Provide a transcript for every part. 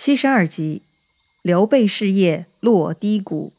72集，刘备事业落低谷。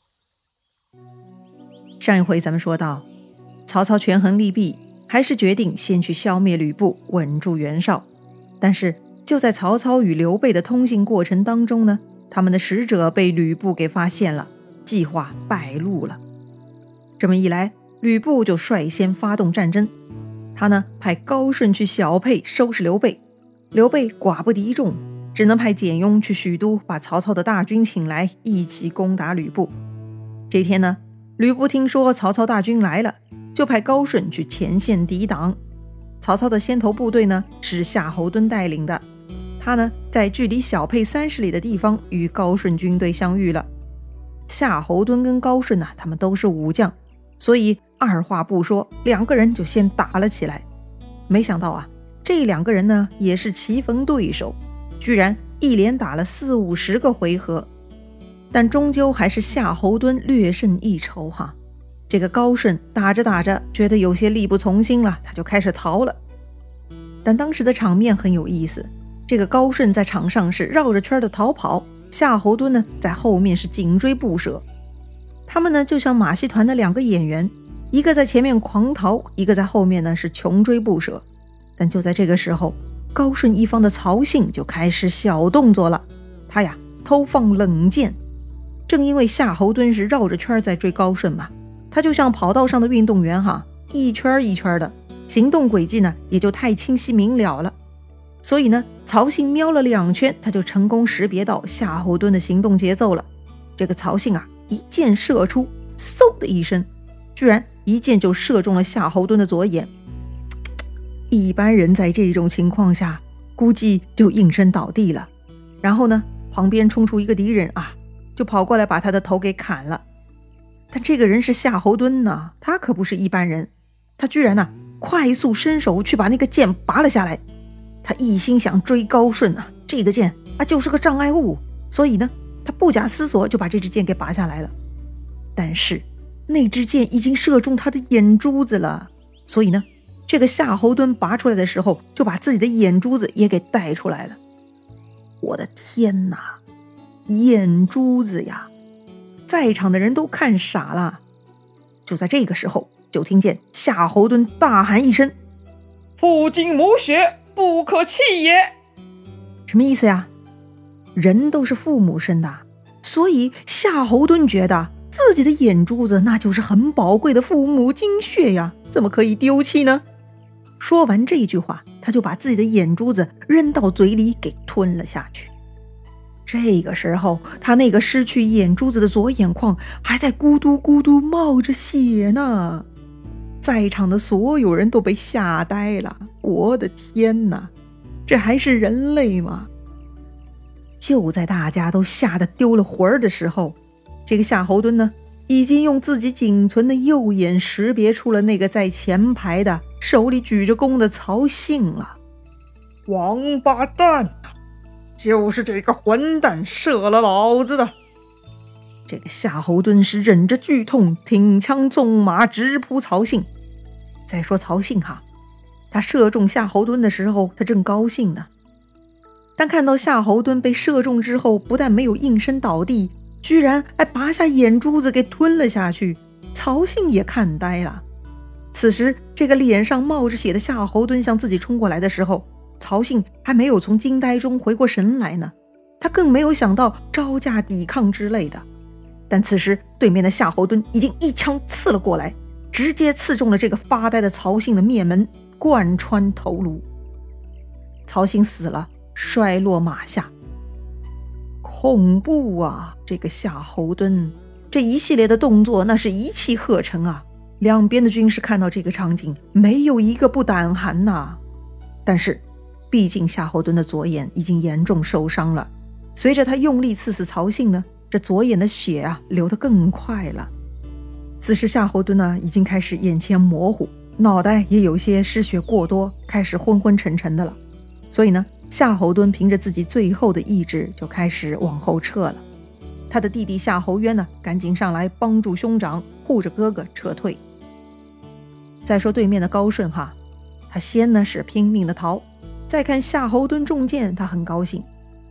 上一回咱们说到，曹操权衡利弊，还是决定先去消灭吕布，稳住袁绍。但是就在曹操与刘备的通信过程当中呢，他们的使者被吕布给发现了，计划败露了。这么一来，吕布就率先发动战争。他呢派高顺去小沛收拾刘备，刘备寡不敌众，只能派简雍去许都把曹操的大军请来，一起攻打吕布。这天呢，吕布听说曹操大军来了，就派高顺去前线抵挡。曹操的先头部队呢是夏侯惇带领的，他呢在距离小沛30里的地方与高顺军队相遇了。夏侯惇跟高顺他们都是武将，所以二话不说，两个人就先打了起来。没想到这两个人呢也是棋逢对手，居然一连打了40-50个回合，但终究还是夏侯惇略胜一筹这个高顺打着打着觉得有些力不从心了，他就开始逃了。但当时的场面很有意思，这个高顺在场上是绕着圈的逃跑，夏侯惇呢在后面是紧追不舍。他们呢就像马戏团的两个演员，一个在前面狂逃，一个在后面呢是穷追不舍。但就在这个时候，高顺一方的曹信就开始小动作了，他偷放冷箭。正因为夏侯惇是绕着圈在追高顺嘛，他就像跑道上的运动员一圈一圈的，行动轨迹呢也就太清晰明了了。所以呢，曹信瞄了2圈，他就成功识别到夏侯惇的行动节奏了。这个曹信一箭射出，嗖的一声，居然一箭就射中了夏侯惇的左眼。一般人在这种情况下估计就应声倒地了，然后呢旁边冲出一个敌人就跑过来把他的头给砍了。但这个人是夏侯惇他可不是一般人，他居然快速伸手去把那个剑拔了下来。他一心想追高顺这个剑就是个障碍物，所以呢他不假思索就把这支箭给拔下来了。但是那支箭已经射中他的眼珠子了，所以呢这个夏侯惇拔出来的时候就把自己的眼珠子也给带出来了。我的天哪，眼珠子呀！在场的人都看傻了。就在这个时候，就听见夏侯惇大喊一声：“ 父精母血，不可弃也！” 什么意思呀？人都是父母生的，所以夏侯惇觉得自己的眼珠子那就是很宝贵的父母精血呀，怎么可以丢弃呢？说完这句话，他就把自己的眼珠子扔到嘴里给吞了下去。这个时候，他那个失去眼珠子的左眼眶还在咕嘟咕嘟冒着血呢。在场的所有人都被吓呆了，我的天哪，这还是人类吗？就在大家都吓得丢了魂儿的时候，这个夏侯惇呢已经用自己仅存的右眼识别出了那个在前排的手里举着弓的曹信了。 王八蛋，就是这个混蛋射了老子的！ 这个夏侯惇是忍着剧痛，挺枪纵马直扑曹信。再说曹信他射中夏侯惇的时候，他正高兴呢。但看到夏侯惇被射中之后，不但没有应声倒地，居然还拔下眼珠子给吞了下去，曹信也看呆了。此时这个脸上冒着血的夏侯惇向自己冲过来的时候，曹信还没有从惊呆中回过神来呢，他更没有想到招架抵抗之类的。但此时对面的夏侯惇已经一枪刺了过来，直接刺中了这个发呆的曹信的面门，贯穿头颅。曹信死了，摔落马下。恐怖啊，这个夏侯惇这一系列的动作那是一气呵成啊，两边的军士看到这个场景，没有一个不胆寒呐。但是毕竟夏侯惇的左眼已经严重受伤了，随着他用力刺死曹信呢，这左眼的血流得更快了。此时夏侯惇已经开始眼前模糊，脑袋也有些失血过多，开始昏昏沉沉的了。所以呢，夏侯惇凭着自己最后的意志就开始往后撤了。他的弟弟夏侯渊呢，赶紧上来帮助兄长护着哥哥撤退。再说对面的高顺他先呢是拼命的逃，再看夏侯惇中箭，他很高兴，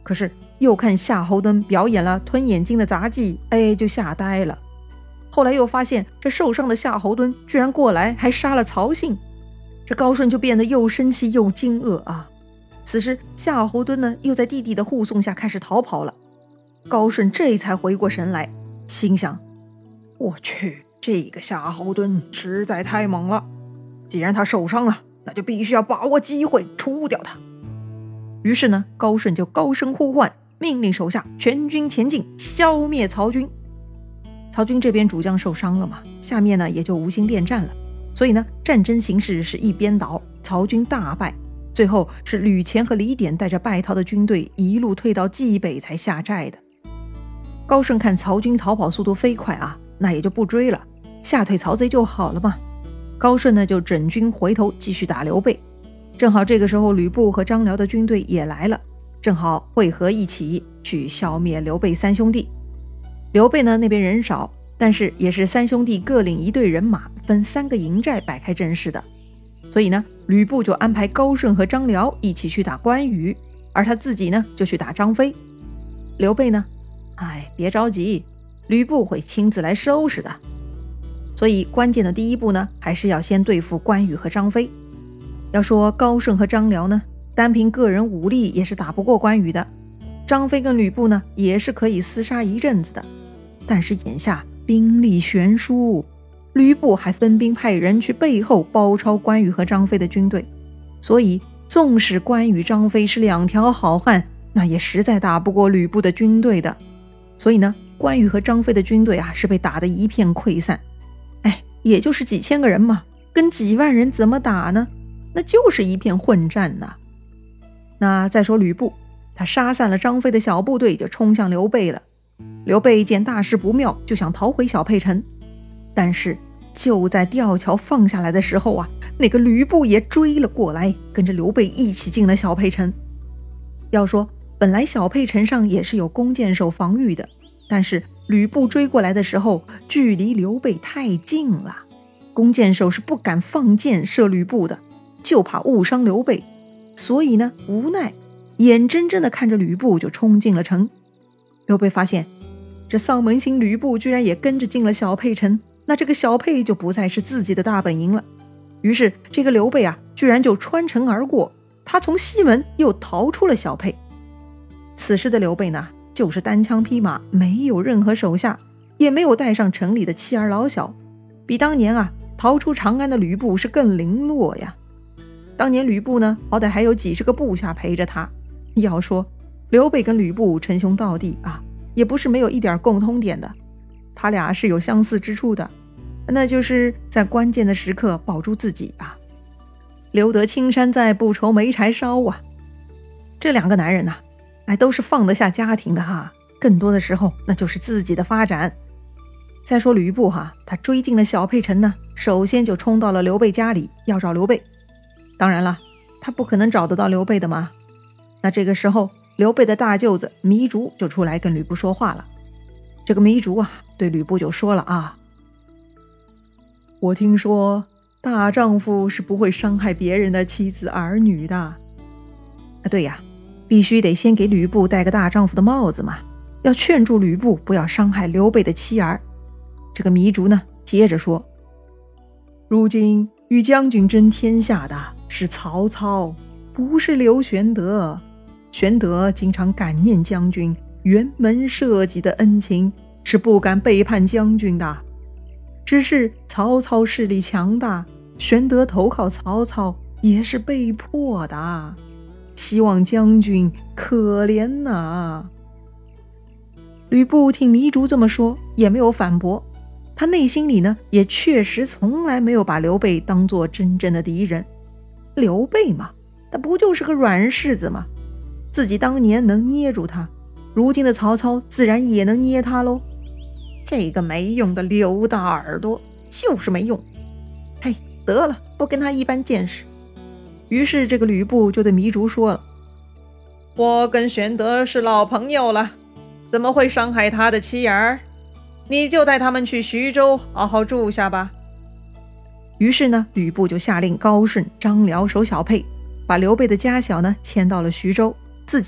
可是又看夏侯惇表演了吞眼睛的杂技，就吓呆了。后来又发现这受伤的夏侯惇居然过来还杀了曹信，这高顺就变得又生气又惊愕啊。此时夏侯惇呢又在弟弟的护送下开始逃跑了。高顺这才回过神来，心想：我去，这个夏侯惇实在太猛了，既然他受伤了，那就必须要把握机会除掉他。于是呢，高顺就高声呼唤，命令手下全军前进，消灭曹军。曹军这边主将受伤了嘛，下面呢也就无心恋战了，所以呢，战争形势是一边倒，曹军大败。最后是吕虔和李典带着败逃的军队一路退到冀北才下寨的。高顺看曹军逃跑速度飞快啊，那也就不追了，吓退曹贼就好了嘛。高顺呢就整军回头继续打刘备。正好这个时候吕布和张辽的军队也来了，正好汇合一起去消灭刘备三兄弟。刘备呢那边人少，但是也是三兄弟各领一队人马，分3个营寨摆开阵势的。所以呢，吕布就安排高顺和张辽一起去打关羽，而他自己呢就去打张飞。刘备呢，别着急，吕布会亲自来收拾的。所以关键的第一步呢，还是要先对付关羽和张飞。要说高顺和张辽呢，单凭个人武力也是打不过关羽的。张飞跟吕布呢，也是可以厮杀一阵子的。但是眼下兵力悬殊，吕布还分兵派人去背后包抄关羽和张飞的军队，所以纵使关羽张飞是2条好汉，那也实在打不过吕布的军队的。所以呢，关羽和张飞的军队啊是被打得一片溃散。也就是几千个人嘛，跟几万人怎么打呢？那就是一片混战呐。那再说吕布，他杀散了张飞的小部队，就冲向刘备了。刘备见大事不妙，就想逃回小沛城。但是就在吊桥放下来的时候啊，那个吕布也追了过来，跟着刘备一起进了小沛城。要说本来小沛城上也是有弓箭手防御的，但是吕布追过来的时候，距离刘备太近了，弓箭手是不敢放箭射吕布的，就怕误伤刘备。所以呢，无奈眼睁睁地看着吕布就冲进了城。刘备发现这丧门星吕布居然也跟着进了小沛城，那这个小沛就不再是自己的大本营了。于是这个刘备啊，居然就穿城而过，他从西门又逃出了小沛。此时的刘备呢，就是单枪匹马，没有任何手下，也没有带上城里的妻儿老小，比当年啊逃出长安的吕布是更零落呀。当年吕布呢，好歹还有几十个部下陪着他。要说刘备跟吕布称兄道弟啊，也不是没有一点共通点的，他俩是有相似之处的，那就是在关键的时刻保住自己啊。留得青山在，不愁没柴烧啊。这2个男人都是放得下家庭的哈，更多的时候那就是自己的发展。再说吕布他追进了小沛城呢，首先就冲到了刘备家里要找刘备。当然了，他不可能找得到刘备的嘛。那这个时候刘备的大舅子糜竺就出来跟吕布说话了。这个糜竺对吕布就说了我听说大丈夫是不会伤害别人的妻子儿女的。对呀，必须得先给吕布戴个大丈夫的帽子嘛，要劝住吕布不要伤害刘备的妻儿。这个糜竺呢接着说，如今与将军争天下的是曹操，不是刘玄德。玄德经常感念将军辕门社稷的恩情，是不敢背叛将军的。只是曹操势力强大，玄德投靠曹操也是被迫的，希望将军可怜呐。吕布听糜竺这么说，也没有反驳。他内心里呢，也确实从来没有把刘备当作真正的敌人。刘备嘛，他不就是个软柿子吗？自己当年能捏住他，如今的曹操自然也能捏他喽。这个没用的刘大耳朵，就是没用。嘿，得了，不跟他一般见识。于是这个吕布就对糜竺说了，我跟玄德是老朋友了，怎么会伤害他的妻儿？你就带他们去徐州好好住下吧。于是呢，吕布就下令高顺、张辽守小沛，把刘备的家小呢迁到了徐州，自己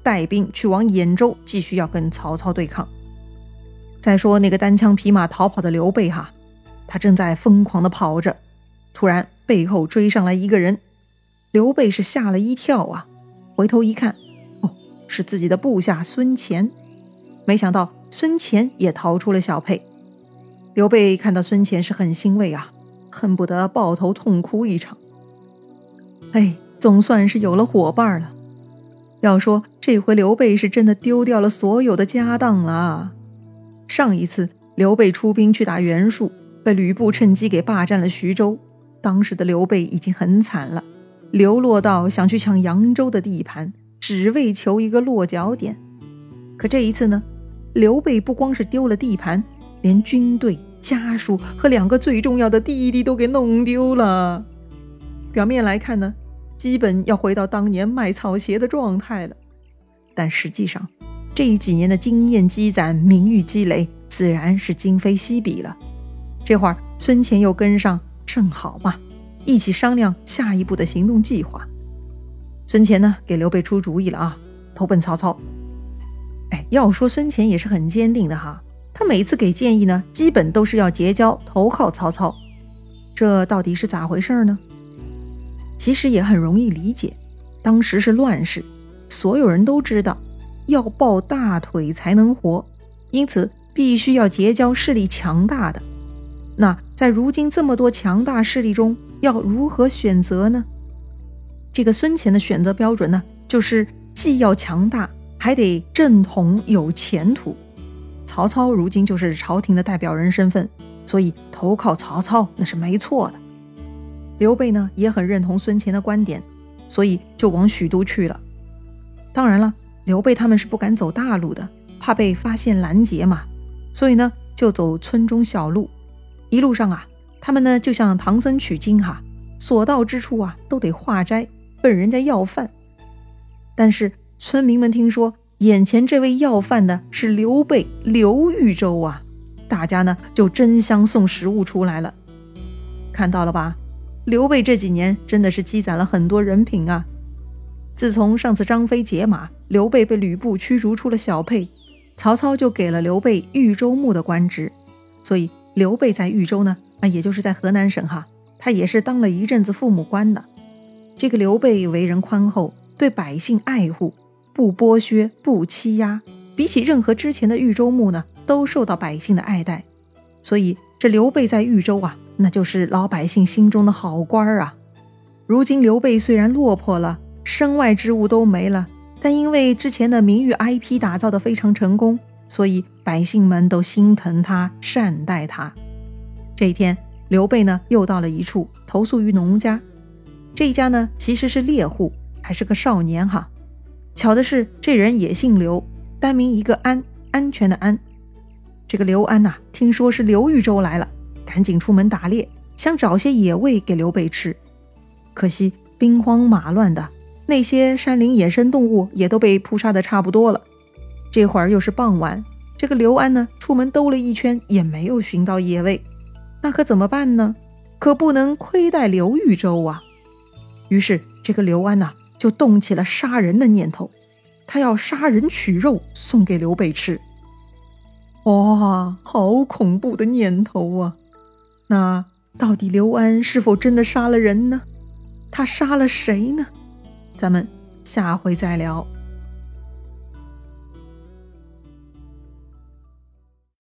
带兵去往兖州，继续要跟曹操对抗。再说那个单枪匹马逃跑的刘备哈，他正在疯狂地跑着，突然背后追上来一个人，刘备是吓了一跳啊，回头一看，是自己的部下孙乾。没想到孙乾也逃出了小沛。刘备看到孙乾是很欣慰啊，恨不得抱头痛哭一场。总算是有了伙伴了。要说这回刘备是真的丢掉了所有的家当了。上一次刘备出兵去打袁术，被吕布趁机给霸占了徐州，当时的刘备已经很惨了，流落到想去抢扬州的地盘，只为求一个落脚点。可这一次呢，刘备不光是丢了地盘，连军队、家属和2个最重要的弟弟都给弄丢了。表面来看呢，基本要回到当年卖草鞋的状态了。但实际上，这几年的经验积攒、名誉积累，自然是今非昔比了。这会儿孙乾又跟上，正好嘛，一起商量下一步的行动计划。孙乾呢，给刘备出主意了啊，投奔曹操。要说孙乾也是很坚定的哈，他每次给建议呢，基本都是要结交投靠曹操。这到底是咋回事呢？其实也很容易理解，当时是乱世，所有人都知道要抱大腿才能活，因此必须要结交势力强大的。那在如今这么多强大势力中，要如何选择呢？这个孙乾的选择标准呢，就是既要强大，还得正统有前途。曹操如今就是朝廷的代表人身份，所以投靠曹操那是没错的。刘备呢也很认同孙乾的观点，所以就往许都去了。当然了，刘备他们是不敢走大路的，怕被发现拦截嘛，所以呢就走村中小路。一路上啊，他们呢就像唐僧取经哈，所到之处啊都得化斋，问人家要饭。但是村民们听说眼前这位要饭的是刘备刘豫州啊，大家呢就争相送食物出来了。看到了吧，刘备这几年真的是积攒了很多人品啊。自从上次张飞解马，刘备被吕布驱逐出了小沛，曹操就给了刘备豫州牧的官职，所以刘备在豫州呢，也就是在河南省哈，他也是当了一阵子父母官的。这个刘备为人宽厚，对百姓爱护，不剥削不欺压，比起任何之前的豫州牧呢，都受到百姓的爱戴。所以这刘备在豫州啊，那就是老百姓心中的好官啊。如今刘备虽然落魄了，身外之物都没了，但因为之前的名誉 IP 打造得非常成功，所以百姓们都心疼他，善待他。这一天，刘备呢又到了一处，投宿于农家。这一家呢其实是猎户，还是个少年哈。巧的是这人也姓刘，单名一个安，安全的安。这个刘安听说是刘豫州来了，赶紧出门打猎，想找些野味给刘备吃。可惜兵荒马乱的，那些山林野生动物也都被扑杀的差不多了。这会儿又是傍晚，这个刘安呢出门兜了一圈，也没有寻到野味。那可怎么办呢？可不能亏待刘豫州啊。于是这个刘安就动起了杀人的念头，他要杀人取肉送给刘备吃。哇，好恐怖的念头啊！那到底刘安是否真的杀了人呢？他杀了谁呢？咱们下回再聊。